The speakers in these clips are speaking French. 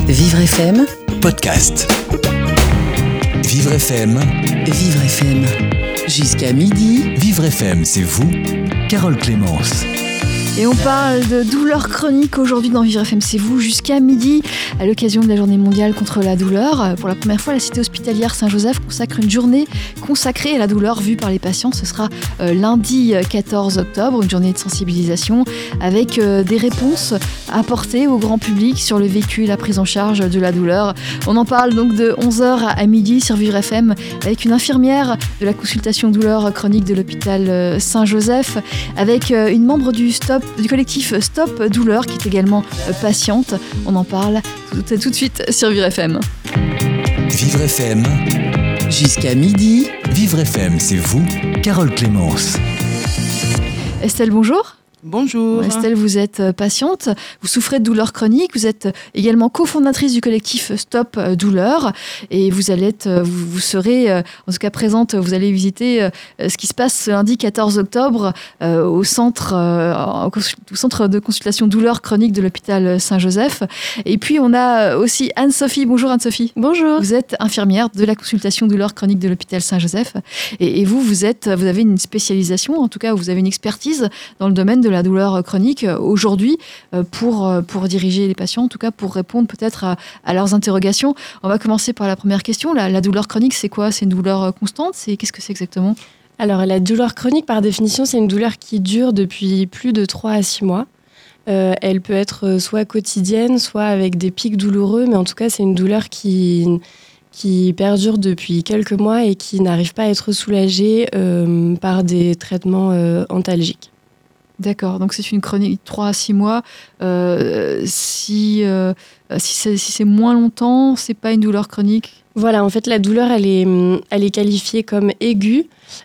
Vivre FM Podcast. Vivre FM. Vivre FM. Jusqu'à midi. Vivre FM, c'est vous, Carole Clémence. Et on parle de douleurs chroniques aujourd'hui dans Vivre FM, c'est vous, jusqu'à midi, à l'occasion de la journée mondiale contre la douleur. Pour la première fois, la cité hospitalière Saint-Joseph consacre une journée consacrée à la douleur vue par les patients. Ce sera lundi 14 octobre, une journée de sensibilisation avec des réponses apportées au grand public sur le vécu et la prise en charge de la douleur. On en parle donc de 11h à midi sur Vivre FM avec une infirmière de la consultation douleur chronique de l'hôpital Saint-Joseph, avec une membre du collectif Stop Douleur qui est également patiente. On en parle tout de suite sur Vivre FM. Vivre FM. Jusqu'à midi. Vivre FM, c'est vous, Carole Clémence. Estelle, bonjour. Bonjour. Estelle, vous êtes patiente, vous souffrez de douleurs chroniques, vous êtes également cofondatrice du collectif Stop Douleur et vous serez, en tout cas présente, vous allez visiter ce qui se passe ce lundi 14 octobre au centre de consultation douleur chronique de l'hôpital Saint-Joseph. Et puis on a aussi Anne-Sophie. Bonjour Anne-Sophie. Bonjour. Vous êtes infirmière de la consultation douleur chronique de l'hôpital Saint-Joseph et vous avez une spécialisation, en tout cas vous avez une expertise dans le domaine de la douleur chronique aujourd'hui pour diriger les patients, en tout cas pour répondre peut-être à leurs interrogations. On va commencer par la première question. La douleur chronique, c'est quoi ? C'est une douleur constante ? Qu'est-ce que c'est exactement ? Alors la douleur chronique, par définition, c'est une douleur qui dure depuis plus de 3 à 6 mois. Elle peut être soit quotidienne, soit avec des pics douloureux, mais en tout cas, c'est une douleur qui perdure depuis quelques mois et qui n'arrive pas à être soulagée par des traitements antalgiques. D'accord, donc c'est une chronique 3 à 6 mois. Si c'est moins longtemps, c'est pas une douleur chronique ? Voilà, en fait, la douleur, elle est qualifiée comme aiguë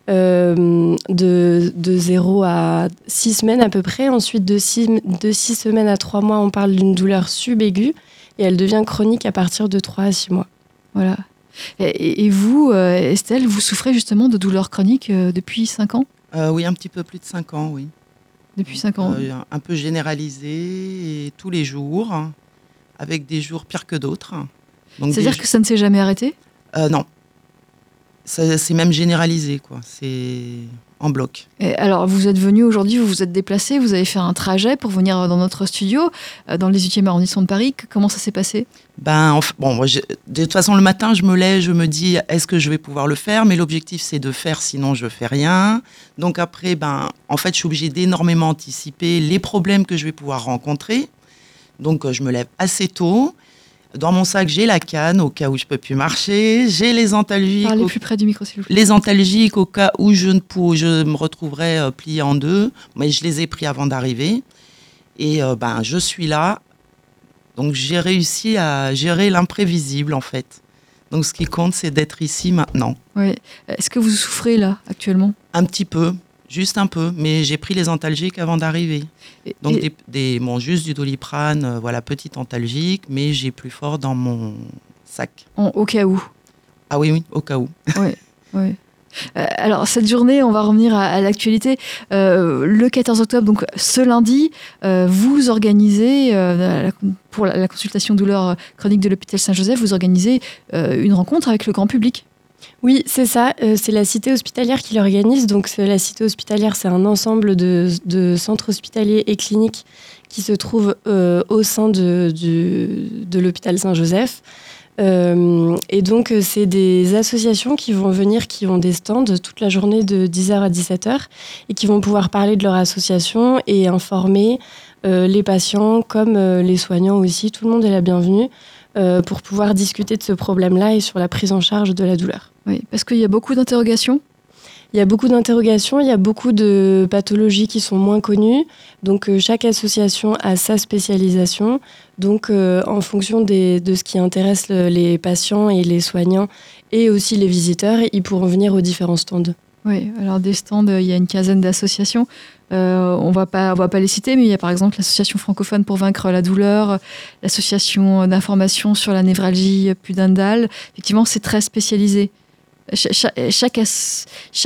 de 0 à 6 semaines à peu près. Ensuite, de 6 semaines à 3 mois, on parle d'une douleur subaiguë et elle devient chronique à partir de 3 à 6 mois. Voilà. Et vous, Estelle, vous souffrez justement de douleurs chroniques depuis 5 ans ? Oui, un petit peu plus de 5 ans, oui. Depuis 5 ans. Un peu généralisé, et tous les jours, avec des jours pires que d'autres. Donc c'est-à-dire que ça ne s'est jamais arrêté ? Non. C'est même généralisé, quoi. C'est en bloc. Et alors, vous êtes venu aujourd'hui, vous vous êtes déplacé, vous avez fait un trajet pour venir dans notre studio, dans le 18e arrondissement de Paris. Comment ça s'est passé ? Moi, de toute façon, le matin, je me lève, je me dis, est-ce que je vais pouvoir le faire ? Mais l'objectif, c'est de faire, sinon je fais rien. Donc après, en fait, je suis obligée d'énormément anticiper les problèmes que je vais pouvoir rencontrer. Donc, je me lève assez tôt. Dans mon sac, j'ai la canne au cas où je ne peux plus marcher. J'ai les antalgiques. Parlez plus près du micro, s'il vous plaît. Les antalgiques au cas où je me retrouverais pliée en deux. Mais je les ai pris avant d'arriver. Et je suis là. Donc, j'ai réussi à gérer l'imprévisible, en fait. Donc, ce qui compte, c'est d'être ici maintenant. Oui. Est-ce que vous souffrez, là, actuellement ? Un petit peu. Juste un peu, mais j'ai pris les antalgiques avant d'arriver. Donc juste du Doliprane, petite antalgique, mais j'ai plus fort dans mon sac. Au cas où. Ah oui, au cas où. Oui. Alors cette journée, on va revenir à l'actualité. Le 14 octobre, donc ce lundi, vous organisez pour la consultation douleur chronique de l'hôpital Saint-Joseph, vous organisez une rencontre avec le grand public. Oui, c'est ça. C'est la cité hospitalière qui l'organise. Donc, la cité hospitalière, c'est un ensemble de centres hospitaliers et cliniques qui se trouvent au sein de l'hôpital Saint-Joseph. Et donc, c'est des associations qui vont venir, qui ont des stands toute la journée de 10h à 17h et qui vont pouvoir parler de leur association et informer les patients comme les soignants aussi. Tout le monde est la bienvenue pour pouvoir discuter de ce problème-là et sur la prise en charge de la douleur. Oui, parce qu'il y a beaucoup d'interrogations. Il y a beaucoup d'interrogations, il y a beaucoup de pathologies qui sont moins connues. Donc, chaque association a sa spécialisation. Donc, en fonction de ce qui intéresse les patients et les soignants et aussi les visiteurs, ils pourront venir aux différents stands. Oui, alors des stands, il y a une quinzaine d'associations. On va pas les citer, mais il y a par exemple l'association francophone pour vaincre la douleur, l'association d'information sur la névralgie pudendale. Effectivement, c'est très spécialisé. Chaque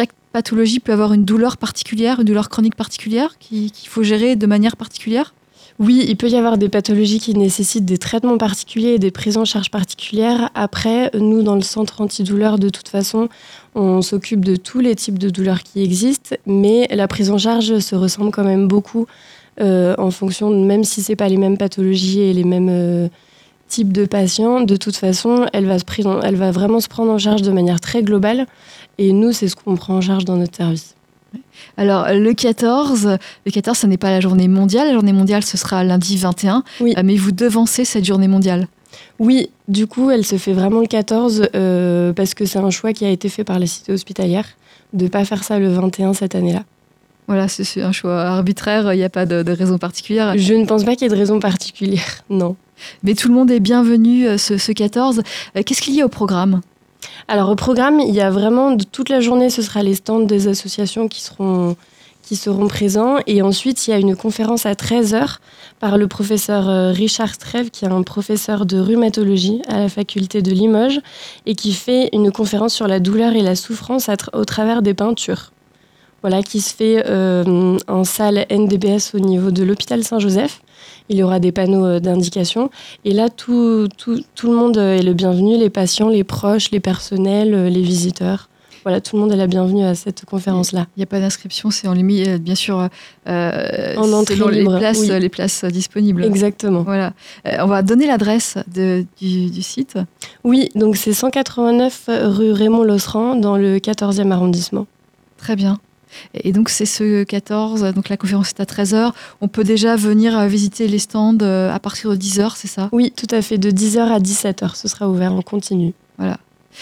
pathologie peut avoir une douleur particulière, une douleur chronique particulière qu'il faut gérer de manière particulière. Oui, il peut y avoir des pathologies qui nécessitent des traitements particuliers et des prises en charge particulières. Après, nous, dans le centre antidouleur, de toute façon, on s'occupe de tous les types de douleurs qui existent, mais la prise en charge se ressemble quand même beaucoup en fonction, même si ce n'est pas les mêmes pathologies et les mêmes types de patients. De toute façon, elle va vraiment se prendre en charge de manière très globale. Et nous, c'est ce qu'on prend en charge dans notre service. Alors, le 14, ce n'est pas la journée mondiale. La journée mondiale, ce sera lundi 21. Oui. Mais vous devancez cette journée mondiale. Oui, du coup, elle se fait vraiment le 14 parce que c'est un choix qui a été fait par la cité hospitalière de ne pas faire ça le 21 cette année-là. Voilà, c'est un choix arbitraire, il n'y a pas de raison particulière. Je ne pense pas qu'il y ait de raison particulière, non. Mais tout le monde est bienvenu ce 14. Qu'est-ce qu'il y a au programme ? Alors au programme, il y a vraiment toute la journée, ce sera les stands des associations qui seront présents. Et ensuite, il y a une conférence à 13h par le professeur Richard Strève, qui est un professeur de rhumatologie à la faculté de Limoges et qui fait une conférence sur la douleur et la souffrance au travers des peintures. Voilà, qui se fait en salle NDBS au niveau de l'hôpital Saint-Joseph. Il y aura des panneaux d'indication. Et là, tout le monde est le bienvenu, les patients, les proches, les personnels, les visiteurs. Voilà, tout le monde est la bienvenue à cette conférence-là. Il n'y a pas d'inscription, c'est en limite, bien sûr, en entrée libre. Les places disponibles. Exactement. Voilà. On va donner l'adresse du site. Oui, donc c'est 189 rue Raymond Losserand, dans le 14e arrondissement. Très bien. Et donc c'est ce 14, donc la conférence est à 13h. On peut déjà venir visiter les stands à partir de 10h, c'est ça ? Oui, tout à fait, de 10h à 17h, ce sera ouvert en continu. Voilà.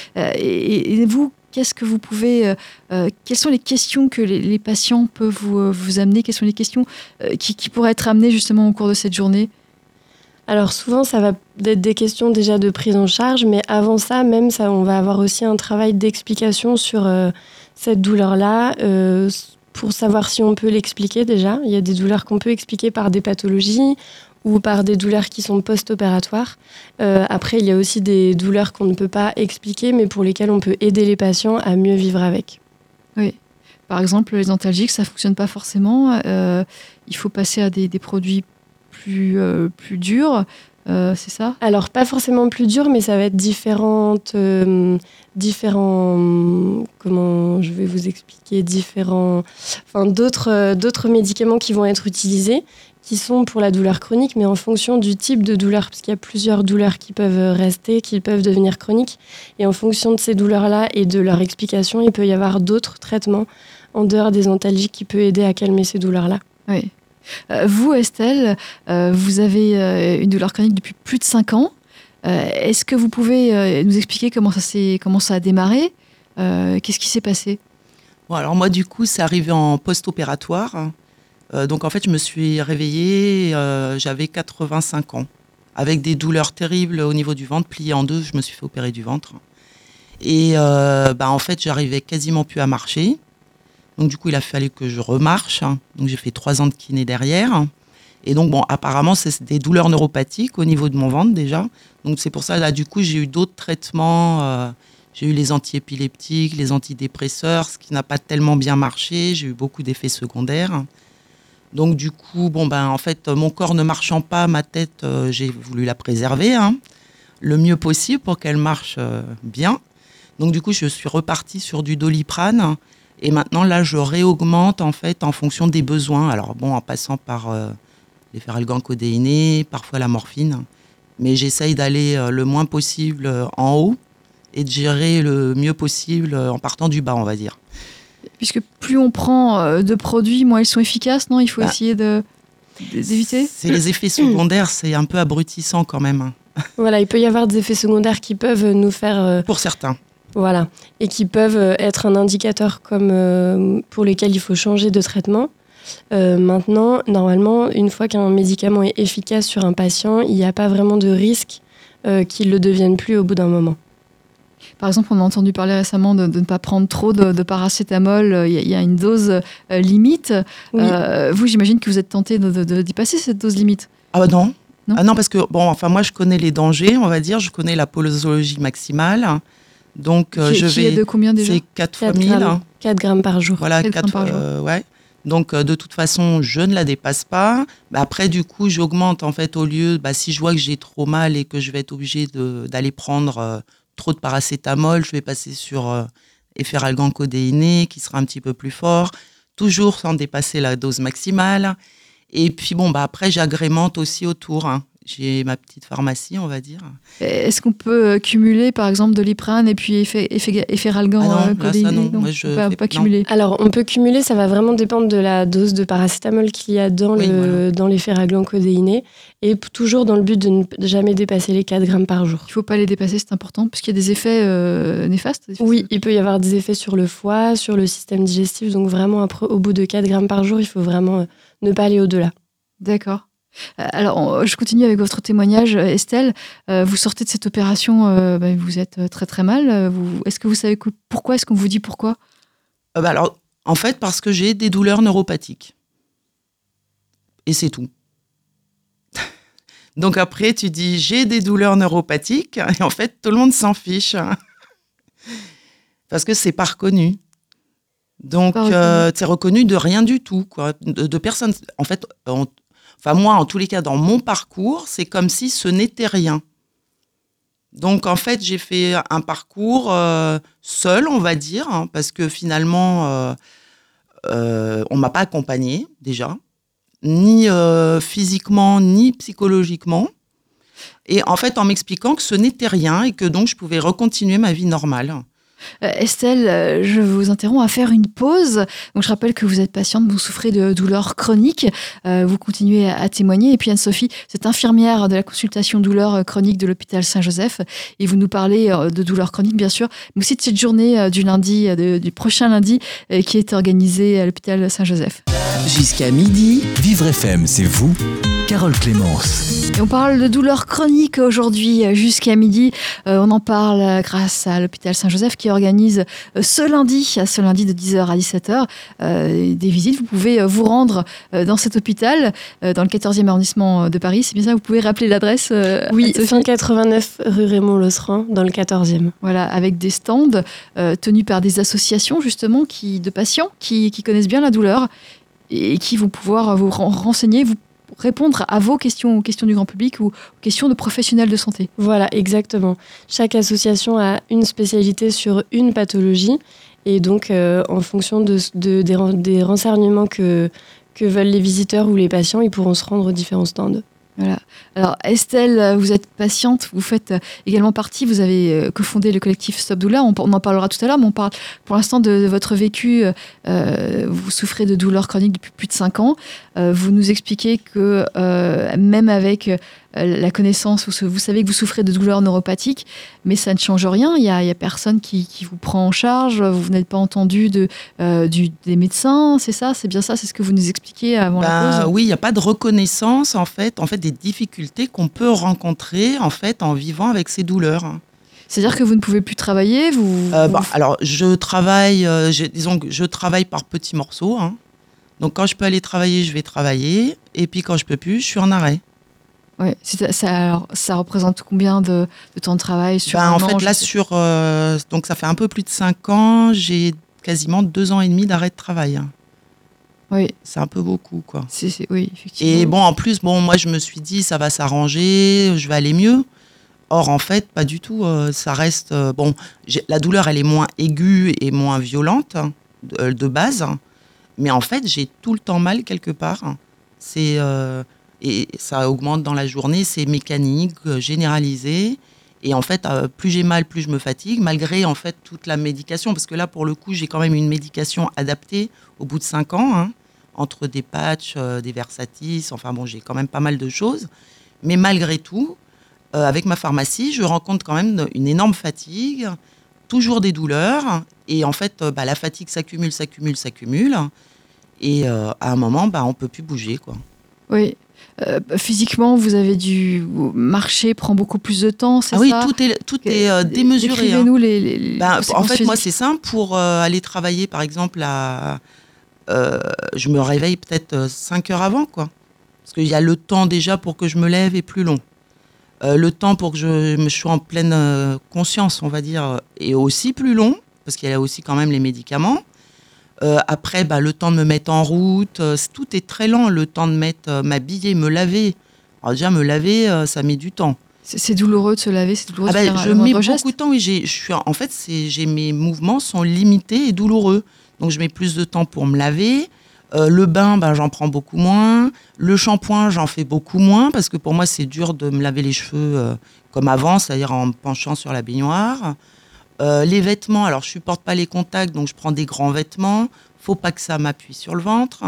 Et vous, qu'est-ce que vous pouvez... quelles sont les questions que les patients peuvent vous amener ? Quelles sont les questions qui pourraient être amenées justement au cours de cette journée ? Alors souvent, ça va être des questions déjà de prise en charge, mais avant ça, on va avoir aussi un travail d'explication sur cette douleur-là, pour savoir si on peut l'expliquer déjà. Il y a des douleurs qu'on peut expliquer par des pathologies ou par des douleurs qui sont post-opératoires. Après, il y a aussi des douleurs qu'on ne peut pas expliquer, mais pour lesquelles on peut aider les patients à mieux vivre avec. Oui. Par exemple, les antalgiques, ça ne fonctionne pas forcément. Il faut passer à des produits plus durs. C'est ça ? Alors, pas forcément plus dur, mais ça va être différents, comment je vais vous expliquer, d'autres médicaments qui vont être utilisés, qui sont pour la douleur chronique, mais en fonction du type de douleur, parce qu'il y a plusieurs douleurs qui peuvent rester, qui peuvent devenir chroniques, et en fonction de ces douleurs-là et de leur explication, il peut y avoir d'autres traitements en dehors des antalgiques qui peuvent aider à calmer ces douleurs-là. Oui. Vous, Estelle, vous avez une douleur chronique depuis plus de 5 ans. Est-ce que vous pouvez nous expliquer comment ça a démarré ? Qu'est-ce qui s'est passé ? Bon, alors moi, du coup, c'est arrivé en post-opératoire. Donc, en fait, je me suis réveillée, j'avais 85 ans, avec des douleurs terribles au niveau du ventre, pliées en deux. Je me suis fait opérer du ventre. Et en fait, j'arrivais quasiment plus à marcher. Donc du coup, il a fallu que je remarche. Donc j'ai fait 3 ans de kiné derrière. Et donc apparemment, c'est des douleurs neuropathiques au niveau de mon ventre déjà. Donc c'est pour ça, là, du coup, j'ai eu d'autres traitements. J'ai eu les antiépileptiques, les antidépresseurs, ce qui n'a pas tellement bien marché. J'ai eu beaucoup d'effets secondaires. Donc du coup, en fait, mon corps ne marchant pas, ma tête, j'ai voulu la préserver le mieux possible pour qu'elle marche bien. Donc du coup, je suis repartie sur du Doliprane. Et maintenant, là, je réaugmente en fait en fonction des besoins. Alors en passant par les phénylgalcodéinés, parfois la morphine. Mais j'essaye d'aller le moins possible en haut et de gérer le mieux possible en partant du bas, on va dire. Puisque plus on prend de produits, moins ils sont efficaces, non ? Il faut essayer d'éviter ? C'est les effets secondaires, c'est un peu abrutissant quand même. Voilà, il peut y avoir des effets secondaires qui peuvent nous faire... Pour certains. Voilà, et qui peuvent être un indicateur pour lesquels il faut changer de traitement. Maintenant, normalement, une fois qu'un médicament est efficace sur un patient, il n'y a pas vraiment de risque qu'il ne le devienne plus au bout d'un moment. Par exemple, on a entendu parler récemment de ne pas prendre trop de paracétamol. Il y a une dose limite. Oui. Vous, j'imagine que vous êtes tenté de dépasser cette dose limite. Ah bah non. Non. Ah non, parce que moi, je connais les dangers, on va dire. Je connais la posologie maximale. Donc, qui est de combien déjà ? C'est 4 fois 1000. 4 grammes par jour. Voilà, 4 grammes par jour. Ouais. Donc, de toute façon, je ne la dépasse pas. Après, du coup, j'augmente, en fait, au lieu, si je vois que j'ai trop mal et que je vais être obligée d'aller prendre trop de paracétamol, je vais passer sur efferalgan-codéiné, qui sera un petit peu plus fort, toujours sans dépasser la dose maximale. Et puis, après, j'agrémente aussi autour, hein. J'ai ma petite pharmacie, on va dire. Est-ce qu'on peut cumuler, par exemple, Doliprane et puis efferalgan codéiné? Non. Non, Moi, on peut pas cumuler. Alors, on peut cumuler, ça va vraiment dépendre de la dose de paracétamol qu'il y a dans l'efferalgan codéiné, et toujours dans le but de ne jamais dépasser les 4 grammes par jour. Il ne faut pas les dépasser, c'est important, parce qu'il y a des effets néfastes. Oui, il peut y avoir des effets sur le foie, sur le système digestif, donc vraiment, après, au bout de 4 grammes par jour, il faut vraiment ne pas aller au-delà. D'accord. Alors, je continue avec votre témoignage, Estelle. Vous sortez de cette opération, vous êtes très très mal. Est-ce que vous savez pourquoi? Est-ce qu'on vous dit pourquoi? Alors, en fait, parce que j'ai des douleurs neuropathiques. Et c'est tout. Donc après, tu dis j'ai des douleurs neuropathiques, et en fait, tout le monde s'en fiche. Parce que c'est pas reconnu. Donc, c'est reconnu de rien du tout, quoi. De personne. En fait, moi, en tous les cas, dans mon parcours, c'est comme si ce n'était rien. Donc, en fait, j'ai fait un parcours seul, on va dire, hein, parce que finalement, on m'a pas accompagnée, déjà, ni physiquement, ni psychologiquement. Et en fait, en m'expliquant que ce n'était rien et que donc je pouvais recontinuer ma vie normale. Estelle, je vous interromps à faire une pause. Donc, je rappelle que vous êtes patiente, vous souffrez de douleurs chroniques. Vous continuez à témoigner. Et puis Anne-Sophie, c'est infirmière de la consultation douleurs chroniques de l'hôpital Saint-Joseph. Et vous nous parlez de douleurs chroniques, bien sûr, mais aussi de cette journée du lundi, du prochain lundi, qui est organisée à l'hôpital Saint-Joseph. Jusqu'à midi. Vivre FM, c'est vous, Carole Clémence. Et on parle de douleurs chroniques aujourd'hui jusqu'à midi. On en parle grâce à l'hôpital Saint-Joseph qui organise ce lundi de 10h à 17h, des visites. Vous pouvez vous rendre dans cet hôpital, dans le 14e arrondissement de Paris. C'est bien ça, vous pouvez rappeler l'adresse? Oui, 189 rue Raymond-Losseran, dans le 14e. Voilà, avec des stands tenus par des associations justement de patients qui connaissent bien la douleur et qui vont pouvoir vous renseigner, vous répondre à vos questions, aux questions du grand public ou aux questions de professionnels de santé. Voilà, exactement. Chaque association a une spécialité sur une pathologie et donc en fonction des renseignements que veulent les visiteurs ou les patients, ils pourront se rendre aux différents stands. Voilà. Alors Estelle, vous êtes patiente, vous faites également partie, vous avez cofondé le collectif Stop Douleur, on en parlera tout à l'heure, mais on parle pour l'instant de votre vécu. Vous souffrez de douleurs chroniques depuis plus de 5 ans. Vous nous expliquez que même avec la connaissance, vous savez que vous souffrez de douleurs neuropathiques, mais ça ne change rien, il y a personne qui vous prend en charge, vous n'êtes pas entendu des médecins, c'est ça, c'est bien ça, c'est ce que vous nous expliquiez avant la pause? Oui, il n'y a pas de reconnaissance, en fait des difficultés qu'on peut rencontrer en fait en vivant avec ces douleurs. C'est-à-dire que vous ne pouvez plus travailler Alors, je travaille, disons que je travaille par petits morceaux. Hein. Donc, quand je peux aller travailler, je vais travailler. Et puis, quand je peux plus, je suis en arrêt. Ouais, alors, ça représente combien de temps de travail sur en fait, là, donc ça fait un peu plus de 5 ans, j'ai quasiment 2 ans et demi d'arrêt de travail. Oui. C'est un peu beaucoup, quoi. Oui, effectivement. Et en plus, moi, je me suis dit, ça va s'arranger, je vais aller mieux. Or, en fait, pas du tout. Ça reste... la douleur, elle est moins aiguë et moins violente de base. Mais en fait, j'ai tout le temps mal quelque part. Et ça augmente dans la journée. C'est mécanique, généralisé. Et en fait, plus j'ai mal, plus je me fatigue, malgré en fait toute la médication. Parce que là, pour le coup, j'ai quand même une médication adaptée au bout de 5 ans. Hein, entre des patchs, des Versatis. J'ai quand même pas mal de choses. Mais malgré tout... avec ma pharmacie, je rencontre quand même une énorme fatigue, toujours des douleurs. Et en fait, la fatigue s'accumule. Et à un moment, on ne peut plus bouger, quoi. Oui. Physiquement, vous avez dû marcher, prend beaucoup plus de temps, c'est ça? Oui, tout est démesuré. Décrivez-nous les en fait, moi, c'est simple. Pour aller travailler, par exemple, je me réveille peut-être 5 heures avant, quoi. Parce qu'il y a le temps déjà pour que je me lève est plus long. Le temps pour que je me sois en pleine conscience, on va dire, est aussi plus long, parce qu'il y a aussi quand même les médicaments. Après, le temps de me mettre en route, tout est très lent. Le temps de m'habiller, me laver. Alors déjà, me laver, ça met du temps. C'est douloureux de se laver, c'est douloureux de faire Je le mets moindre geste. beaucoup de temps. Oui, mes mouvements sont limités et douloureux. Donc, je mets plus de temps pour me laver. Le bain, j'en prends beaucoup moins. Le shampoing, j'en fais beaucoup moins parce que pour moi, c'est dur de me laver les cheveux comme avant, c'est-à-dire en me penchant sur la baignoire. Les vêtements, alors je supporte pas les contacts, donc je prends des grands vêtements. Faut pas que ça m'appuie sur le ventre.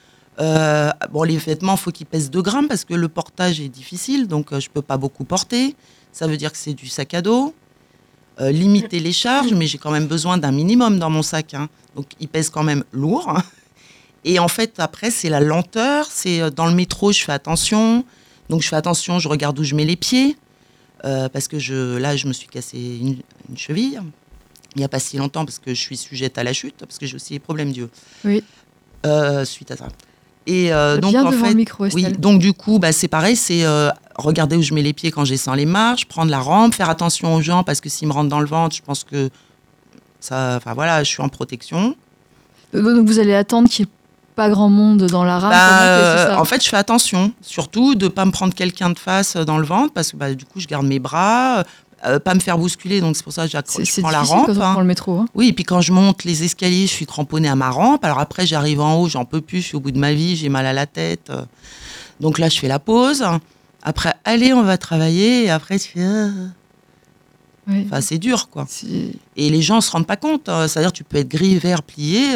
Les vêtements, faut qu'ils pèsent 2 grammes parce que le portage est difficile, donc je peux pas beaucoup porter. Ça veut dire que c'est du sac à dos. Limiter les charges, mais j'ai quand même besoin d'un minimum dans mon sac. Donc il pèse quand même lourd. Et en fait, après, c'est la lenteur. C'est dans le métro, je fais attention. Donc je fais attention, je regarde où je mets les pieds. Parce que je me suis cassé une cheville il n'y a pas si longtemps parce que je suis sujette à la chute, parce que j'ai aussi des problèmes d'yeux. Oui. Suite à ça. Et donc bien en devant fait, le micro, Estelle. oui, donc du coup, c'est pareil, c'est regarder où je mets les pieds quand je descends les marches, prendre la rampe, faire attention aux gens parce que s'ils me rentrent dans le ventre, je pense que ça, je suis en protection. Donc vous allez attendre qu'il n'y ait pas grand monde dans la rame. C'est ça. En fait, je fais attention, surtout de ne pas me prendre quelqu'un de face dans le ventre, parce que du coup, je garde mes bras, pas me faire bousculer, donc c'est pour ça que je prends la rampe. Quand on prend le métro. Oui, et puis quand je monte les escaliers, je suis cramponnée à ma rampe. Alors après, j'arrive en haut, j'en peux plus, je suis au bout de ma vie, j'ai mal à la tête. Donc là, je fais la pause. Après, allez, on va travailler, et après, tu fais... Oui. Enfin, c'est dur, quoi. Et les gens ne se rendent pas compte. C'est-à-dire, tu peux être gris, vert, plié...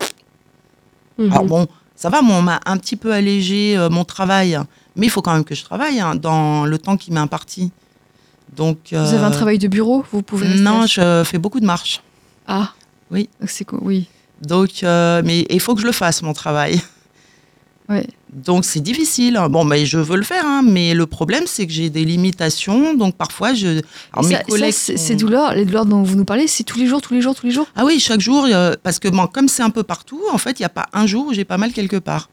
Alors bon, ça va, moi, on m'a un petit peu allégé mon travail, mais il faut quand même que je travaille dans le temps qui m'est imparti. Donc, vous avez un travail de bureau, vous pouvez rester Non, je fais beaucoup de marches. Ah, oui. Donc c'est quoi, oui. Donc, mais il faut que je le fasse, mon travail. Ouais. Donc c'est difficile. Bon, je veux le faire, mais le problème, c'est que j'ai des limitations. Donc parfois, mes collègues... Ces douleurs, les douleurs dont vous nous parlez, c'est tous les jours? Ah oui, chaque jour, parce que comme c'est un peu partout, en fait, il n'y a pas un jour où j'ai pas mal quelque part.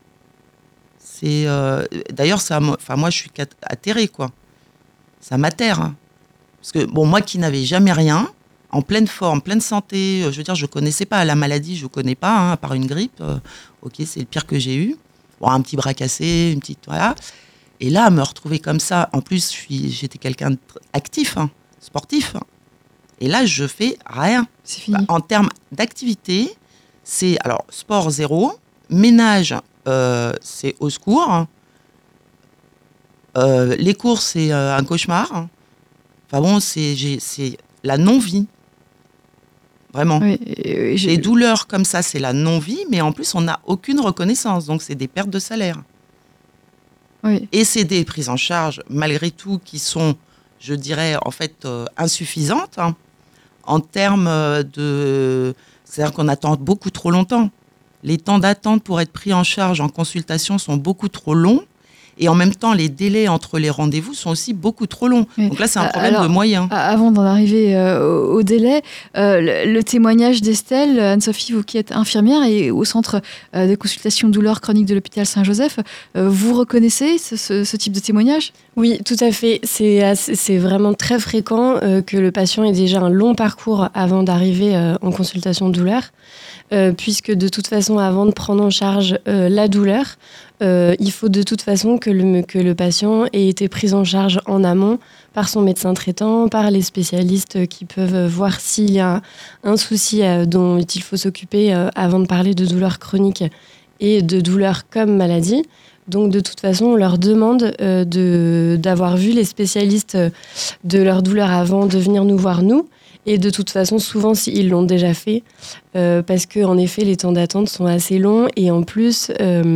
D'ailleurs, moi, je suis atterrée, quoi. Ça m'atterre. Parce que, moi qui n'avais jamais rien, en pleine forme, pleine santé, je veux dire, je ne connaissais pas la maladie, je ne connais pas, à part une grippe. Ok, c'est le pire que j'ai eu. Bon, un petit bras cassé, une petite... Voilà. Et là, me retrouver comme ça, en plus, j'étais quelqu'un d'actif, sportif. Et là, je fais rien. C'est fini. En termes d'activité, c'est... Alors, sport, 0. Ménage, c'est au secours. Les courses, c'est un cauchemar. Enfin bon, c'est la non-vie. Vraiment. Oui, les douleurs comme ça, c'est la non-vie, mais en plus, on n'a aucune reconnaissance. Donc, c'est des pertes de salaire. Oui. Et c'est des prises en charge, malgré tout, qui sont, je dirais, en fait, insuffisantes en termes de... C'est-à-dire qu'on attend beaucoup trop longtemps. Les temps d'attente pour être pris en charge en consultation sont beaucoup trop longs. Et en même temps, les délais entre les rendez-vous sont aussi beaucoup trop longs. Oui. Donc là, c'est un problème de moyens. Avant d'en arriver au délai, le témoignage d'Estelle, Anne-Sophie, vous qui êtes infirmière et au centre de consultation douleurs chroniques de l'hôpital Saint-Joseph, vous reconnaissez ce type de témoignage ? Oui, tout à fait. C'est vraiment très fréquent que le patient ait déjà un long parcours avant d'arriver en consultation de douleur, puisque de toute façon, avant de prendre en charge la douleur, il faut de toute façon que le patient ait été pris en charge en amont par son médecin traitant, par les spécialistes qui peuvent voir s'il y a un souci dont il faut s'occuper avant de parler de douleurs chroniques et de douleurs comme maladie. Donc de toute façon, on leur demande d'avoir vu les spécialistes de leur douleur avant de venir nous voir nous. Et de toute façon, souvent, ils l'ont déjà fait, parce qu'en effet, les temps d'attente sont assez longs. Et en plus,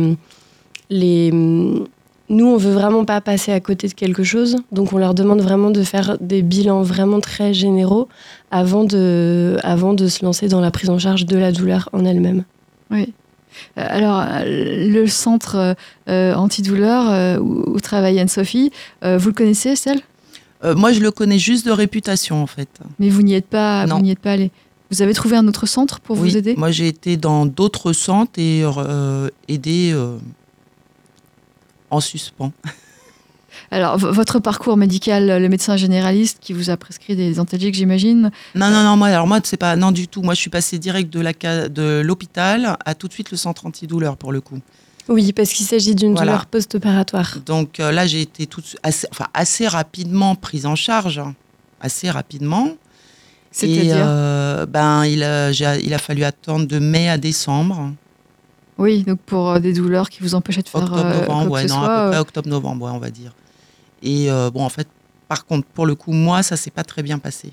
nous, on veut vraiment pas passer à côté de quelque chose. Donc, on leur demande vraiment de faire des bilans vraiment très généraux avant de se lancer dans la prise en charge de la douleur en elle-même. Oui. Alors, le centre antidouleur où travaille Anne-Sophie, vous le connaissez, Estelle ? Moi, je le connais juste de réputation, en fait. Mais vous n'y êtes pas, non. Vous n'y êtes pas allé. Vous avez trouvé un autre centre pour vous aider ? Moi, j'ai été dans d'autres centres et aidé en suspens. Alors, votre parcours médical, le médecin généraliste qui vous a prescrit des antalgiques, j'imagine. Non, moi, c'est pas, non, du tout. Moi, je suis passée direct de l'hôpital à tout de suite le centre antidouleur, pour le coup. Oui, parce qu'il s'agit d'une douleur post-opératoire. Donc là, j'ai été assez rapidement prise en charge. Assez rapidement. C'est-à-dire il a fallu attendre de mai à décembre. Oui, donc pour des douleurs qui vous empêchaient de faire octobre-novembre, quoi que ce soit, à peu près octobre-novembre, on va dire. Et en fait, par contre, pour le coup, moi, ça s'est pas très bien passé.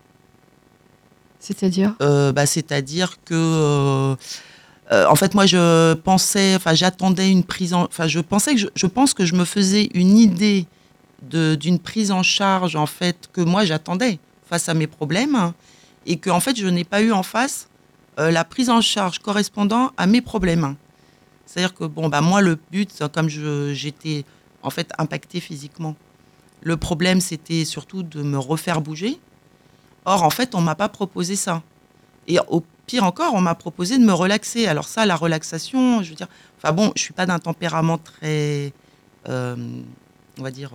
C'est-à-dire C'est-à-dire que, en fait, moi, j'attendais une prise en... je pense que je me faisais une idée d'une prise en charge, en fait, que moi, j'attendais face à mes problèmes, et que, en fait, je n'ai pas eu en face la prise en charge correspondant à mes problèmes. C'est-à-dire que, moi, le but, comme j'étais, en fait, impactée physiquement, le problème, c'était surtout de me refaire bouger. Or, en fait, on ne m'a pas proposé ça. Et au pire encore, on m'a proposé de me relaxer. Alors ça, la relaxation, je veux dire... je ne suis pas d'un tempérament très... on va dire...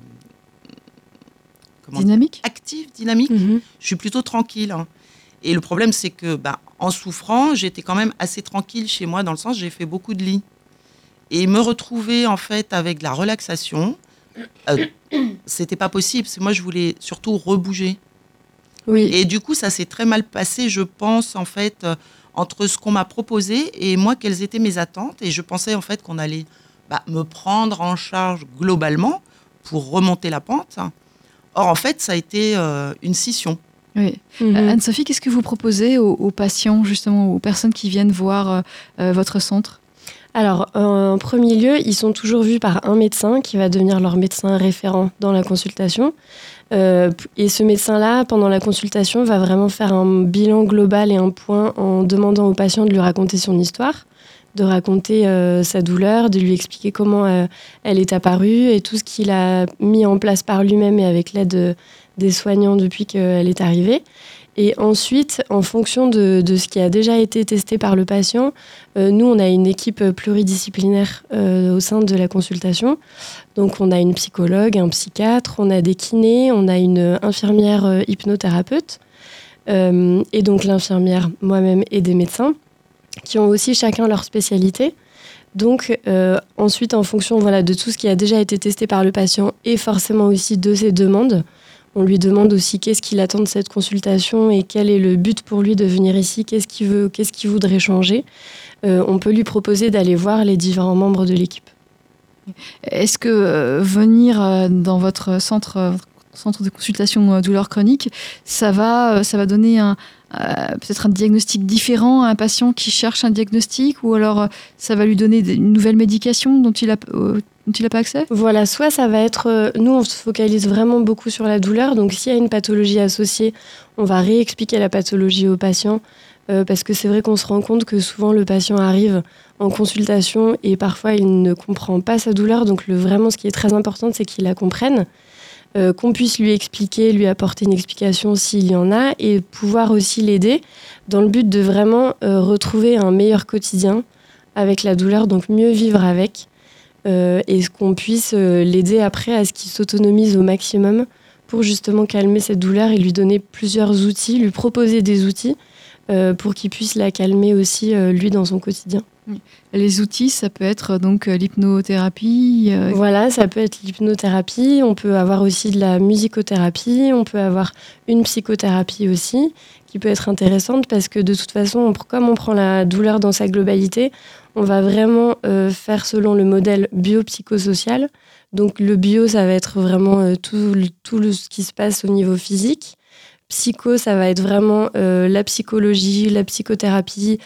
dynamique ? Actif, dynamique. Mm-hmm. Je suis plutôt tranquille. Hein. Et le problème, c'est que, en souffrant, j'étais quand même assez tranquille chez moi, dans le sens, j'ai fait beaucoup de lits. Et me retrouver, en fait, avec de la relaxation, c'était pas possible. Moi, je voulais surtout rebouger. Oui. Et du coup, ça s'est très mal passé, je pense, en fait, entre ce qu'on m'a proposé et moi, quelles étaient mes attentes. Et je pensais, en fait, qu'on allait me prendre en charge globalement pour remonter la pente. Or, en fait, ça a été une scission. Oui. Mm-hmm. Anne-Sophie, qu'est-ce que vous proposez aux patients, justement, aux personnes qui viennent voir votre centre ? Alors, en premier lieu, ils sont toujours vus par un médecin qui va devenir leur médecin référent dans la consultation. Et ce médecin-là, pendant la consultation, va vraiment faire un bilan global et un point en demandant au patient de lui raconter son histoire, de raconter sa douleur, de lui expliquer comment elle est apparue et tout ce qu'il a mis en place par lui-même et avec l'aide des soignants depuis qu'elle est arrivée. Et ensuite, en fonction de ce qui a déjà été testé par le patient, nous, on a une équipe pluridisciplinaire au sein de la consultation. Donc, on a une psychologue, un psychiatre, on a des kinés, on a une infirmière hypnothérapeute, et donc l'infirmière, moi-même, et des médecins, qui ont aussi chacun leur spécialité. Donc, ensuite, en fonction de tout ce qui a déjà été testé par le patient et forcément aussi de ses demandes, on lui demande aussi qu'est-ce qu'il attend de cette consultation et quel est le but pour lui de venir ici, qu'est-ce qu'il veut, qu'est-ce qu'il voudrait changer. On peut lui proposer d'aller voir les différents membres de l'équipe. Est-ce que venir dans votre centre de consultation douleur chronique, ça va donner peut-être un diagnostic différent à un patient qui cherche un diagnostic, ou alors ça va lui donner une nouvelle médication dont il n'a pas accès ? Voilà, soit ça va être... nous, on se focalise vraiment beaucoup sur la douleur. Donc, s'il y a une pathologie associée, on va réexpliquer la pathologie au patient. Parce que c'est vrai qu'on se rend compte que souvent, le patient arrive en consultation et parfois, il ne comprend pas sa douleur. Donc, vraiment, ce qui est très important, c'est qu'il la comprenne. Qu'on puisse lui expliquer, lui apporter une explication s'il y en a, et pouvoir aussi l'aider dans le but de vraiment retrouver un meilleur quotidien avec la douleur, donc mieux vivre avec. Et qu'on puisse l'aider après à ce qu'il s'autonomise au maximum pour justement calmer cette douleur et lui donner plusieurs outils, lui proposer des outils pour qu'il puisse la calmer aussi lui dans son quotidien. Les outils, ça peut être donc l'hypnothérapie. Voilà, ça peut être l'hypnothérapie. On peut avoir aussi de la musicothérapie. On peut avoir une psychothérapie aussi, qui peut être intéressante parce que de toute façon, comme on prend la douleur dans sa globalité, on va vraiment faire selon le modèle biopsychosocial. Donc le bio, ça va être vraiment tout ce qui se passe au niveau physique. Psycho, ça va être vraiment la psychologie, la psychothérapie,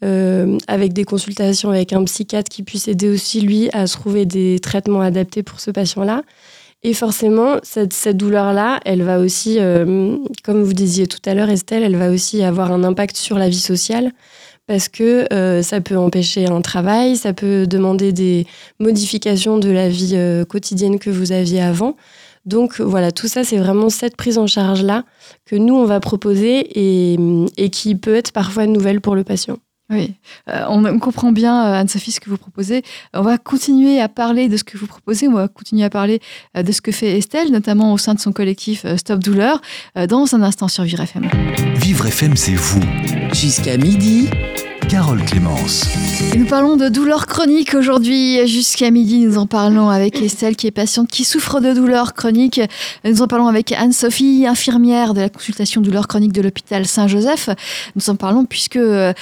avec des consultations avec un psychiatre qui puisse aider aussi, lui, à se trouver des traitements adaptés pour ce patient-là. Et forcément, cette douleur-là, elle va aussi, comme vous disiez tout à l'heure, Estelle, elle va aussi avoir un impact sur la vie sociale parce que ça peut empêcher un travail, ça peut demander des modifications de la vie quotidienne que vous aviez avant. Donc voilà, tout ça, c'est vraiment cette prise en charge-là que nous, on va proposer et qui peut être parfois nouvelle pour le patient. Oui, on comprend bien, Anne-Sophie, ce que vous proposez. On va continuer à parler de ce que vous proposez, on va continuer à parler de ce que fait Estelle, notamment au sein de son collectif Stop Douleur, dans un instant sur Vivre FM. Vivre FM, c'est vous. Jusqu'à midi. Carole Clémence. Et nous parlons de douleurs chroniques aujourd'hui. Jusqu'à midi, nous en parlons avec Estelle, qui est patiente, qui souffre de douleurs chroniques. Nous en parlons avec Anne-Sophie, infirmière de la consultation douleurs chroniques de l'hôpital Saint-Joseph. Nous en parlons puisque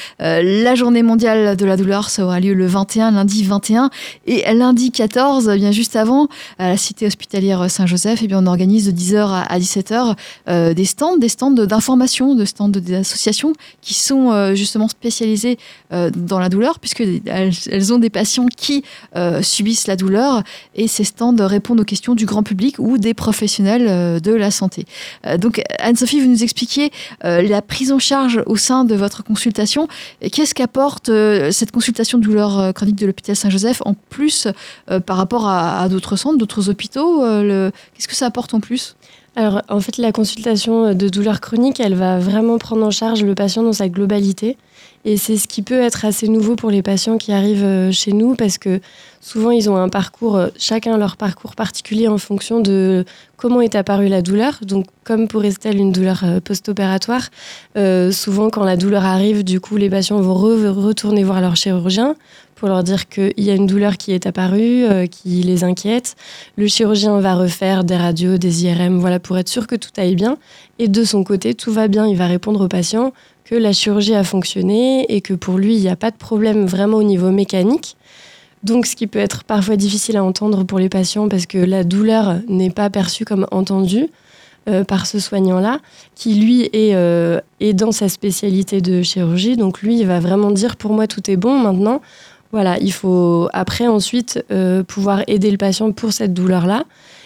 la journée mondiale de la douleur, ça aura lieu le 21, lundi 21. Et lundi 14, bien juste avant, à la cité hospitalière Saint-Joseph, on organise de 10h à 17h des stands d'information, des stands d'associations qui sont justement spécialisées dans la douleur, puisqu'elles ont des patients qui subissent la douleur, et ces stands répondent aux questions du grand public ou des professionnels de la santé. Donc Anne-Sophie, vous nous expliquiez la prise en charge au sein de votre consultation. Qu'est-ce qu'apporte cette consultation de douleur chronique de l'hôpital Saint-Joseph en plus par rapport à d'autres centres, d'autres hôpitaux Qu'est-ce que ça apporte en plus ? Alors, en fait, la consultation de douleur chronique, elle va vraiment prendre en charge le patient dans sa globalité. Et c'est ce qui peut être assez nouveau pour les patients qui arrivent chez nous, parce que souvent, ils ont un parcours, chacun leur parcours particulier en fonction de comment est apparue la douleur. Donc, comme pour Estelle, une douleur post-opératoire, souvent, quand la douleur arrive, du coup, les patients vont retourner voir leur chirurgien pour leur dire qu'il y a une douleur qui est apparue, qui les inquiète. Le chirurgien va refaire des radios, des IRM, voilà, pour être sûr que tout aille bien. Et de son côté, tout va bien. Il va répondre au patient que la chirurgie a fonctionné et que pour lui, il n'y a pas de problème vraiment au niveau mécanique. Donc, ce qui peut être parfois difficile à entendre pour les patients, parce que la douleur n'est pas perçue comme entendue par ce soignant-là, qui lui est dans sa spécialité de chirurgie. Donc, lui, il va vraiment dire, pour moi, tout est bon maintenant. Voilà, il faut après ensuite pouvoir aider le patient pour cette douleur-là.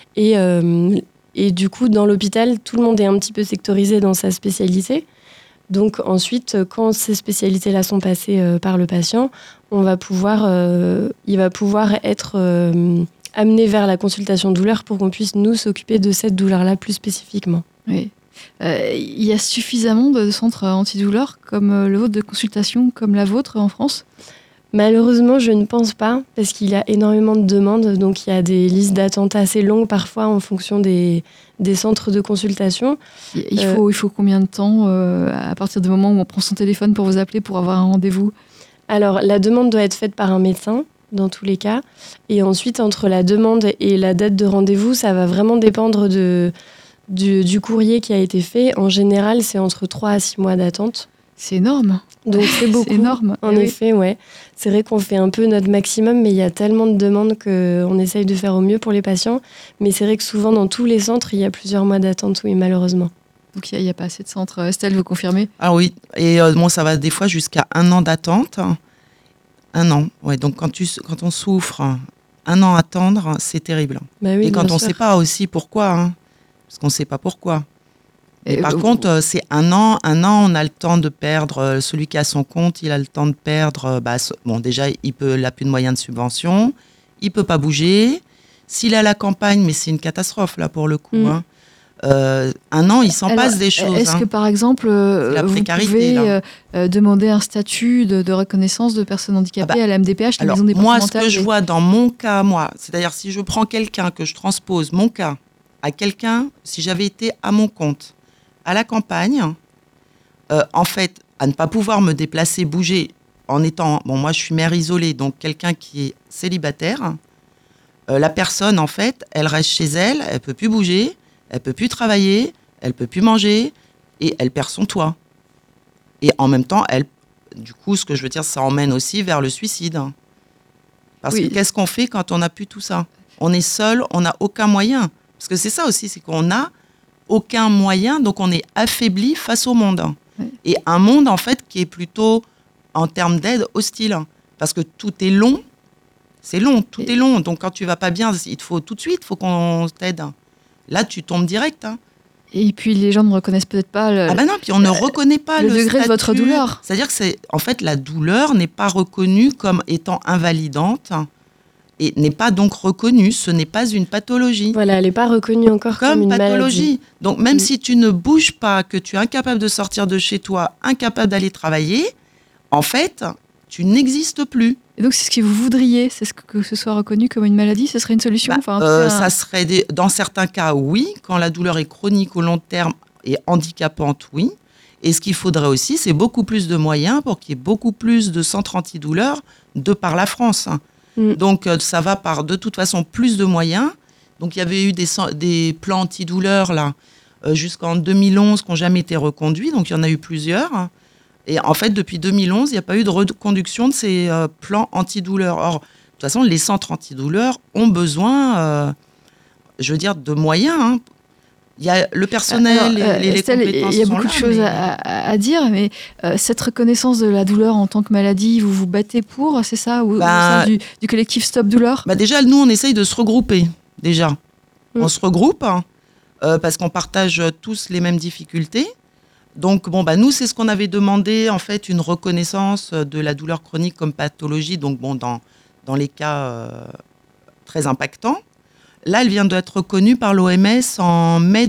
Et du coup, dans l'hôpital, tout le monde est un petit peu sectorisé dans sa spécialité. Donc ensuite, quand ces spécialités-là sont passées par le patient, il va pouvoir être amené vers la consultation douleur pour qu'on puisse nous s'occuper de cette douleur-là plus spécifiquement. Oui. Il y a suffisamment de centres antidouleurs comme le vôtre, de consultation comme la vôtre en France ? Malheureusement, je ne pense pas, parce qu'il y a énormément de demandes. Donc, il y a des listes d'attente assez longues parfois en fonction des centres de consultation. Il faut combien de temps à partir du moment où on prend son téléphone pour vous appeler pour avoir un rendez-vous ? Alors, la demande doit être faite par un médecin, dans tous les cas. Et ensuite, entre la demande et la date de rendez-vous, ça va vraiment dépendre du courrier qui a été fait. En général, c'est entre 3 à 6 mois d'attente. C'est énorme. Donc c'est beaucoup. C'est énorme. En effet, ouais. C'est vrai qu'on fait un peu notre maximum, mais il y a tellement de demandes qu'on essaye de faire au mieux pour les patients. Mais c'est vrai que souvent, dans tous les centres, il y a plusieurs mois d'attente, oui, malheureusement. Donc il n'y a pas assez de centres. Estelle, vous confirmez ? Ah oui, et ça va des fois jusqu'à 1 an d'attente. 1 an, ouais. Donc quand on souffre, 1 an attendre, c'est terrible. Bah oui, et quand on ne sûr. sait pas aussi pourquoi, parce qu'on ne sait pas pourquoi. Et par contre, c'est 1 an. 1 an, on a le temps de perdre. Celui qui a son compte, il a le temps de perdre. Déjà, il n'a plus de moyens de subvention. Il peut pas bouger. S'il est à la campagne, mais c'est une catastrophe là pour le coup. 1 an, il s'en passe des choses. Est-ce que par exemple, vous pouvez demander un statut de reconnaissance de personnes handicapées à la MDPH, la maison départementale ? Moi, ce que je vois dans mon cas, c'est-à-dire si je prends quelqu'un, que je transpose mon cas à quelqu'un, si j'avais été à mon compte, à la campagne, en fait, à ne pas pouvoir me déplacer, bouger, en étant... Bon, moi, je suis mère isolée, donc quelqu'un qui est célibataire, la personne, en fait, elle reste chez elle, elle ne peut plus bouger, elle ne peut plus travailler, elle ne peut plus manger, et elle perd son toit. Et en même temps, du coup, ce que je veux dire, ça emmène aussi vers le suicide. Parce que qu'est-ce qu'on fait quand on n'a plus tout ça ? On est seul, on n'a aucun moyen. Parce que c'est ça aussi, c'est qu'on n'a aucun moyen, donc on est affaibli face au monde. Oui. Et un monde, en fait, qui est plutôt, en termes d'aide, hostile. Parce que tout est long, c'est long, tout est long. Donc quand tu vas pas bien, il te faut tout de suite, il faut qu'on t'aide. Là, tu tombes direct. Et puis les gens ne reconnaissent peut-être pas puis on ne reconnaît pas le degré statut de votre douleur. C'est-à-dire que la douleur n'est pas reconnue comme étant invalidante. Et n'est pas donc reconnue, ce n'est pas une pathologie. Voilà, elle n'est pas reconnue encore comme une pathologie. Maladie. Donc même si tu ne bouges pas, que tu es incapable de sortir de chez toi, incapable d'aller travailler, en fait, tu n'existes plus. Et donc, c'est ce que vous voudriez, c'est que ce soit reconnu comme une maladie, ce serait une solution Ça serait dans certains cas, oui. Quand la douleur est chronique au long terme et handicapante, oui. Et ce qu'il faudrait aussi, c'est beaucoup plus de moyens pour qu'il y ait beaucoup plus de centres antidouleurs de par la France. Donc, ça va par, de toute façon, plus de moyens. Donc, il y avait eu des plans antidouleurs, là, jusqu'en 2011, qui n'ont jamais été reconduits. Donc, il y en a eu plusieurs. Et en fait, depuis 2011, il n'y a pas eu de reconduction de ces plans antidouleurs. Or, de toute façon, les centres antidouleurs ont besoin, de moyens. Hein. Il y a le personnel, les Estelle, compétences. Il y a beaucoup de choses à dire, mais cette reconnaissance de la douleur en tant que maladie, vous vous battez pour, c'est ça, au sein du collectif Stop Douleur? Déjà, nous, on essaye de se regrouper, déjà. On se regroupe parce qu'on partage tous les mêmes difficultés. Donc, nous, c'est ce qu'on avait demandé, en fait, une reconnaissance de la douleur chronique comme pathologie, donc dans les cas très impactants. Là, elle vient d'être reconnue par l'OMS en mai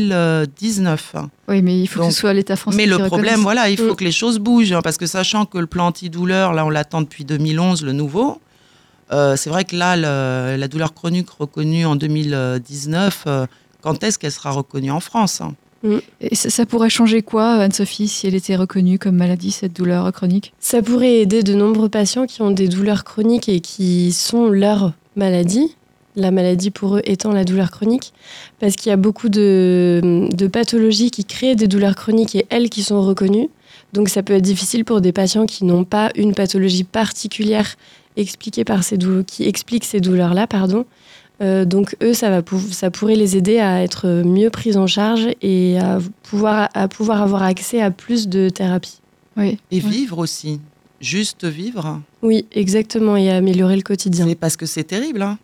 2019. Oui, mais il faut que ce soit l'État français qui reconnaisse. Mais le problème, il faut que les choses bougent, parce que sachant que le plan antidouleur, là, on l'attend depuis 2011, le nouveau, c'est vrai que là, la douleur chronique reconnue en 2019, quand est-ce qu'elle sera reconnue en France? Et ça pourrait changer quoi, Anne-Sophie, si elle était reconnue comme maladie, cette douleur chronique? Ça pourrait aider de nombreux patients qui ont des douleurs chroniques et qui sont leur maladie, la maladie pour eux étant la douleur chronique, parce qu'il y a beaucoup de pathologies qui créent des douleurs chroniques et elles qui sont reconnues. Donc ça peut être difficile pour des patients qui n'ont pas une pathologie particulière expliquée par qui explique ces douleurs-là, donc eux, ça pourrait les aider à être mieux pris en charge et à pouvoir avoir accès à plus de thérapies. Oui. Et vivre aussi, juste vivre. Oui, exactement, et améliorer le quotidien. C'est parce que c'est terrible. Hein.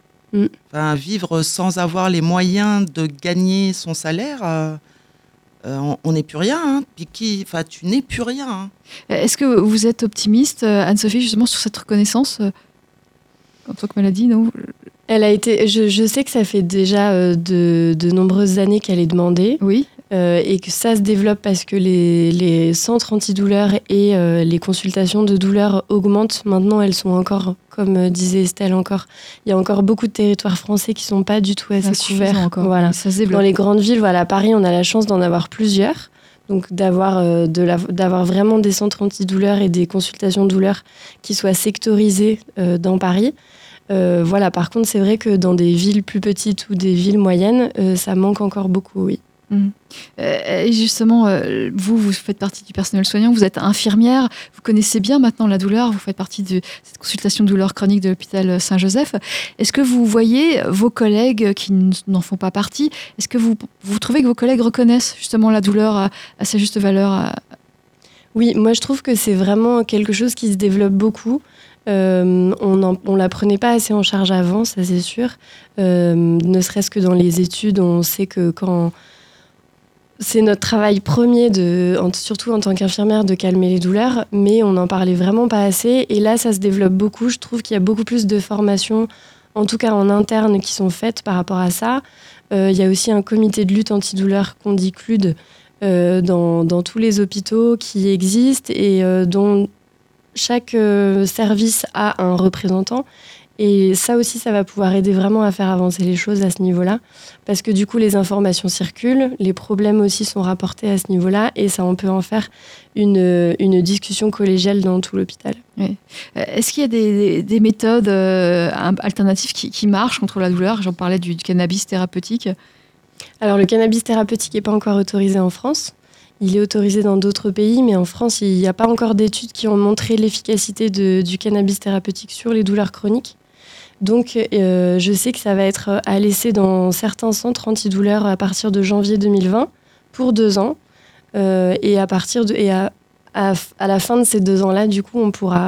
Vivre sans avoir les moyens de gagner son salaire, on n'est plus rien. Hein. Puis tu n'es plus rien. Hein. Est-ce que vous êtes optimiste, Anne-Sophie, justement sur cette reconnaissance en tant que maladie, non? Elle a été. Je sais que ça fait déjà de nombreuses années qu'elle est demandée. Oui. Et que ça se développe parce que les centres antidouleurs et les consultations de douleur augmentent. Maintenant, elles sont encore, comme disait Estelle, il y a encore beaucoup de territoires français qui ne sont pas du tout assez couverts. Encore. Voilà. Ça se développe. Dans les grandes villes, à Paris, on a la chance d'en avoir plusieurs. Donc d'avoir vraiment des centres antidouleurs et des consultations de douleur qui soient sectorisées dans Paris. Par contre, c'est vrai que dans des villes plus petites ou des villes moyennes, ça manque encore beaucoup, oui. Et justement, vous faites partie du personnel soignant, vous êtes infirmière, vous connaissez bien maintenant la douleur, vous faites partie de cette consultation de douleur chronique de l'hôpital Saint-Joseph. Est-ce que vous voyez vos collègues qui n'en font pas partie, est-ce que vous trouvez que vos collègues reconnaissent justement la douleur à sa juste valeur? Oui, moi je trouve que c'est vraiment quelque chose qui se développe beaucoup. On la prenait pas assez en charge avant, ça c'est sûr. Ne serait-ce que dans les études, on sait que quand c'est notre travail premier, surtout en tant qu'infirmière, de calmer les douleurs, mais on n'en parlait vraiment pas assez. Et là, ça se développe beaucoup. Je trouve qu'il y a beaucoup plus de formations, en tout cas en interne, qui sont faites par rapport à ça. Il y a aussi un comité de lutte antidouleur qu'on dit CLUD dans tous les hôpitaux qui existent et dont chaque service a un représentant. Et ça aussi, ça va pouvoir aider vraiment à faire avancer les choses à ce niveau-là. Parce que du coup, les informations circulent, les problèmes aussi sont rapportés à ce niveau-là, et ça, on peut en faire une discussion collégiale dans tout l'hôpital. Oui. Est-ce qu'il y a des méthodes alternatives qui marchent contre la douleur? J'en parlais du cannabis thérapeutique. Alors, le cannabis thérapeutique n'est pas encore autorisé en France. Il est autorisé dans d'autres pays, mais en France, il n'y a pas encore d'études qui ont montré l'efficacité du cannabis thérapeutique sur les douleurs chroniques. Donc, je sais que ça va être à laisser dans certains centres antidouleurs à partir de janvier 2020 pour 2 ans. Et à la fin de ces 2 ans-là, du coup,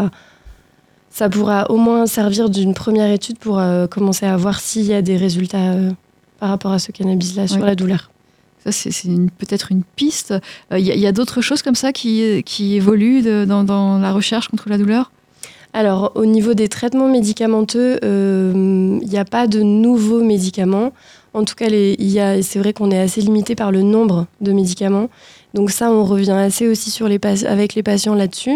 ça pourra au moins servir d'une première étude pour commencer à voir s'il y a des résultats par rapport à ce cannabis-là sur la douleur. Ça, c'est peut-être une piste. Il y a d'autres choses comme ça qui évoluent dans la recherche contre la douleur? Alors, au niveau des traitements médicamenteux, il n'y a pas de nouveaux médicaments. En tout cas, c'est vrai qu'on est assez limité par le nombre de médicaments. Donc ça, on revient assez aussi avec les patients là-dessus.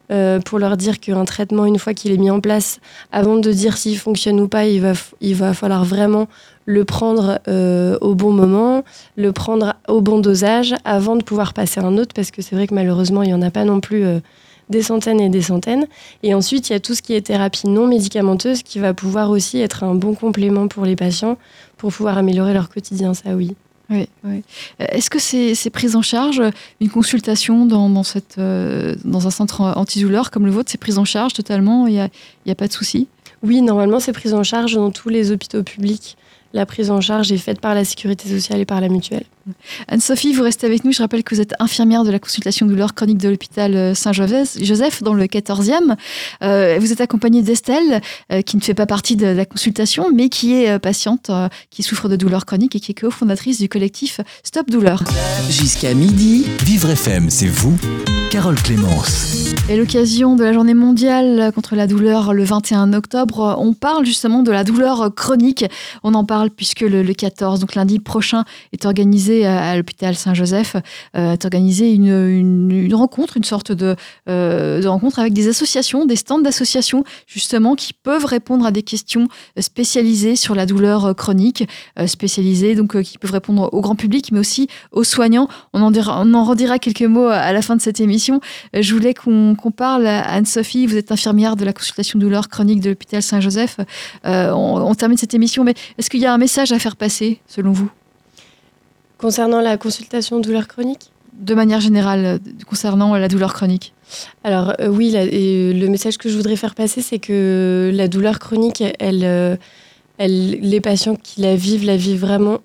pour leur dire qu'un traitement, une fois qu'il est mis en place, avant de dire s'il fonctionne ou pas, il va falloir vraiment le prendre au bon moment, le prendre au bon dosage avant de pouvoir passer à un autre, parce que c'est vrai que malheureusement, il n'y en a pas non plus des centaines et des centaines. Et ensuite, il y a tout ce qui est thérapie non médicamenteuse qui va pouvoir aussi être un bon complément pour les patients pour pouvoir améliorer leur quotidien, ça oui. Oui, oui. Est-ce que c'est pris en charge, une consultation dans un centre antidouleur comme le vôtre, c'est pris en charge totalement, il n'y a pas de souci? Oui, normalement, c'est pris en charge dans tous les hôpitaux publics. La prise en charge est faite par la sécurité sociale et par la mutuelle. Anne-Sophie, vous restez avec nous. Je rappelle que vous êtes infirmière de la consultation douleur chronique de l'hôpital Saint-Joseph dans le 14e. Vous êtes accompagnée d'Estelle, qui ne fait pas partie de la consultation, mais qui est patiente, qui souffre de douleurs chroniques et qui est cofondatrice du collectif Stop Douleur. Jusqu'à midi. Vivre FM, c'est vous, Carole Clémence. Et à l'occasion de la journée mondiale contre la douleur le 21 octobre, on parle justement de la douleur chronique. On en parle puisque le 14, donc lundi prochain, est organisé à l'hôpital Saint-Joseph, est organisée une rencontre, une sorte de rencontre avec des associations, des stands d'associations justement qui peuvent répondre à des questions spécialisées sur la douleur chronique, spécialisées donc qui peuvent répondre au grand public mais aussi aux soignants. On en redira quelques mots à la fin de cette émission. Je voulais qu'on parle à Anne-Sophie, vous êtes infirmière de la consultation douleur chronique de l'hôpital Saint-Joseph. On termine cette émission, mais est-ce qu'il y a un message à faire passer selon vous ? Concernant la consultation douleur chronique ? De manière générale, concernant la douleur chronique. Alors oui, le message que je voudrais faire passer, c'est que la douleur chronique, les patients qui la vivent vraiment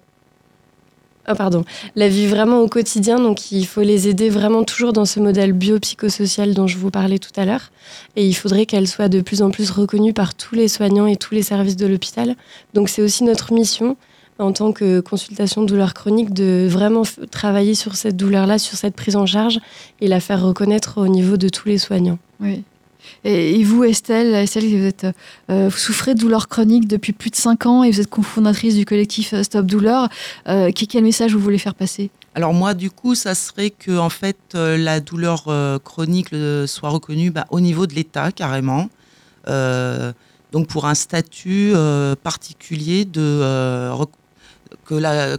au quotidien, donc il faut les aider vraiment toujours dans ce modèle biopsychosocial dont je vous parlais tout à l'heure. Et il faudrait qu'elle soit de plus en plus reconnue par tous les soignants et tous les services de l'hôpital. Donc c'est aussi notre mission, en tant que consultation de douleur chronique, de vraiment travailler sur cette douleur-là, sur cette prise en charge et la faire reconnaître au niveau de tous les soignants. Oui. Et vous, Estelle, vous souffrez de douleur chronique depuis plus de 5 ans et vous êtes cofondatrice du collectif Stop Douleur. Quel message vous voulez faire passer ? Alors moi, du coup, ça serait que en fait, la douleur chronique soit reconnue au niveau de l'État, carrément. Donc pour un statut particulier que la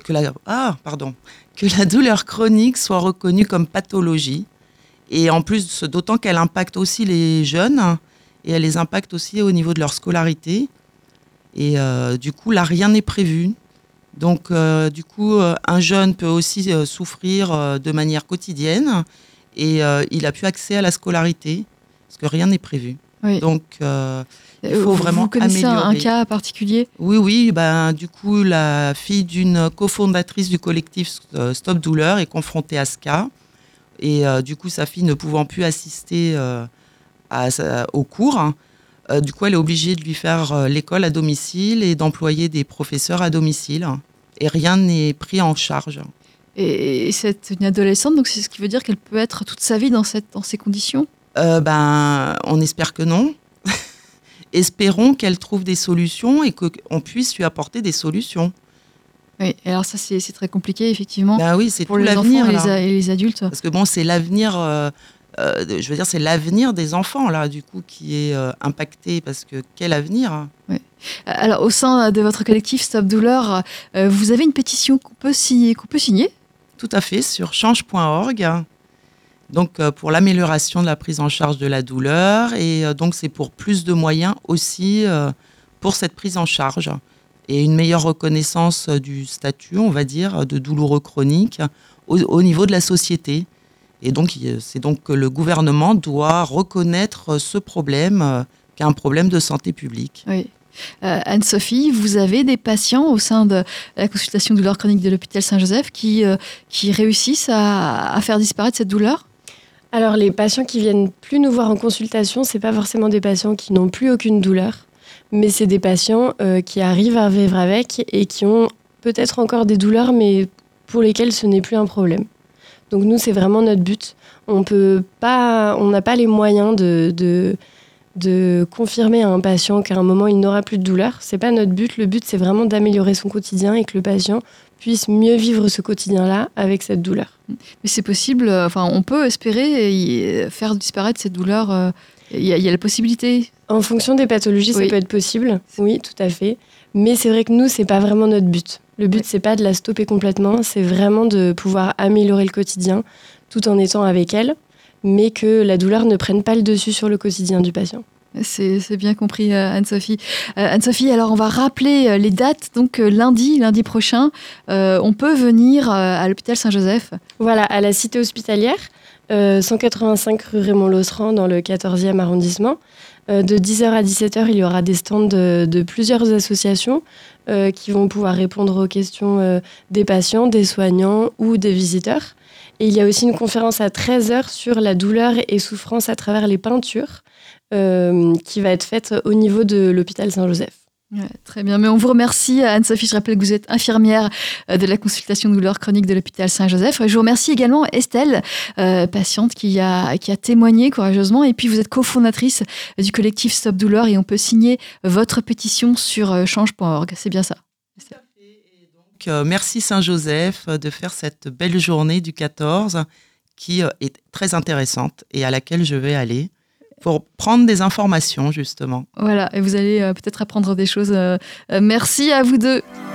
douleur chronique soit reconnue comme pathologie. Et en plus, d'autant qu'elle impacte aussi les jeunes et elle les impacte aussi au niveau de leur scolarité. Et du coup, là, rien n'est prévu. Donc, du coup, un jeune peut aussi souffrir de manière quotidienne et il n'a plus accès à la scolarité parce que rien n'est prévu. Oui. Donc, il faut vraiment vous connaissez améliorer. un cas particulier ? Oui. Du coup, la fille d'une cofondatrice du collectif Stop Douleur est confrontée à ce cas. Et du coup, sa fille ne pouvant plus assister au cours, du coup, elle est obligée de lui faire l'école à domicile et d'employer des professeurs à domicile. Et rien n'est pris en charge. Et c'est une adolescente, donc c'est ce qui veut dire qu'elle peut être toute sa vie dans ces conditions ? On espère que non. Espérons qu'elle trouve des solutions et qu'on puisse lui apporter des solutions. Oui, alors ça c'est très compliqué effectivement. Oui, c'est pour tout les l'avenir enfants et les adultes. Parce que bon, c'est l'avenir. C'est l'avenir des enfants là, du coup, qui est impacté parce que quel avenir ? Oui. Alors au sein de votre collectif Stop Douleur, vous avez une pétition qu'on peut signer. Tout à fait, sur change.org. Donc pour l'amélioration de la prise en charge de la douleur et donc c'est pour plus de moyens aussi pour cette prise en charge. Et une meilleure reconnaissance du statut, on va dire, de douloureux chronique au niveau de la société. Et donc, c'est donc que le gouvernement doit reconnaître ce problème, qui est un problème de santé publique. Oui. Anne-Sophie, vous avez des patients au sein de la consultation douleur chronique de l'hôpital Saint-Joseph qui réussissent à faire disparaître cette douleur ? Alors, les patients qui viennent plus nous voir en consultation, c'est pas forcément des patients qui n'ont plus aucune douleur. Mais c'est des patients qui arrivent à vivre avec et qui ont peut-être encore des douleurs, mais pour lesquelles ce n'est plus un problème. Donc nous, c'est vraiment notre but. On n'a pas les moyens de de confirmer à un patient qu'à un moment, il n'aura plus de douleur. C'est pas notre but. Le but, c'est vraiment d'améliorer son quotidien et que le patient puisse mieux vivre ce quotidien-là avec cette douleur. Mais c'est possible, on peut espérer faire disparaître cette douleur. Il y a la possibilité. En fonction des pathologies, ça peut être possible. Oui, tout à fait. Mais c'est vrai que nous, c'est pas vraiment notre but. Le but, c'est pas de la stopper complètement, c'est vraiment de pouvoir améliorer le quotidien tout en étant avec elle, mais que la douleur ne prenne pas le dessus sur le quotidien du patient. C'est bien compris, Anne-Sophie. Anne-Sophie, alors on va rappeler les dates. Donc lundi prochain, on peut venir à l'hôpital Saint-Joseph. Voilà, à la cité hospitalière, 185 rue Raymond-Losserand dans le 14e arrondissement. De 10h à 17h, il y aura des stands de plusieurs associations qui vont pouvoir répondre aux questions des patients, des soignants ou des visiteurs. Et il y a aussi une conférence à 13h sur la douleur et souffrance à travers les peintures qui va être faite au niveau de l'hôpital Saint-Joseph. Ouais, très bien, mais on vous remercie Anne-Sophie, je rappelle que vous êtes infirmière de la consultation douleur chronique de l'hôpital Saint-Joseph. Je vous remercie également Estelle, patiente qui a témoigné courageusement, et puis vous êtes cofondatrice du collectif Stop Douleur et on peut signer votre pétition sur change.org, c'est bien ça. Et donc, merci Saint-Joseph de faire cette belle journée du 14 qui est très intéressante et à laquelle je vais aller pour prendre des informations, justement. Voilà, et vous allez peut-être apprendre des choses. Merci à vous deux.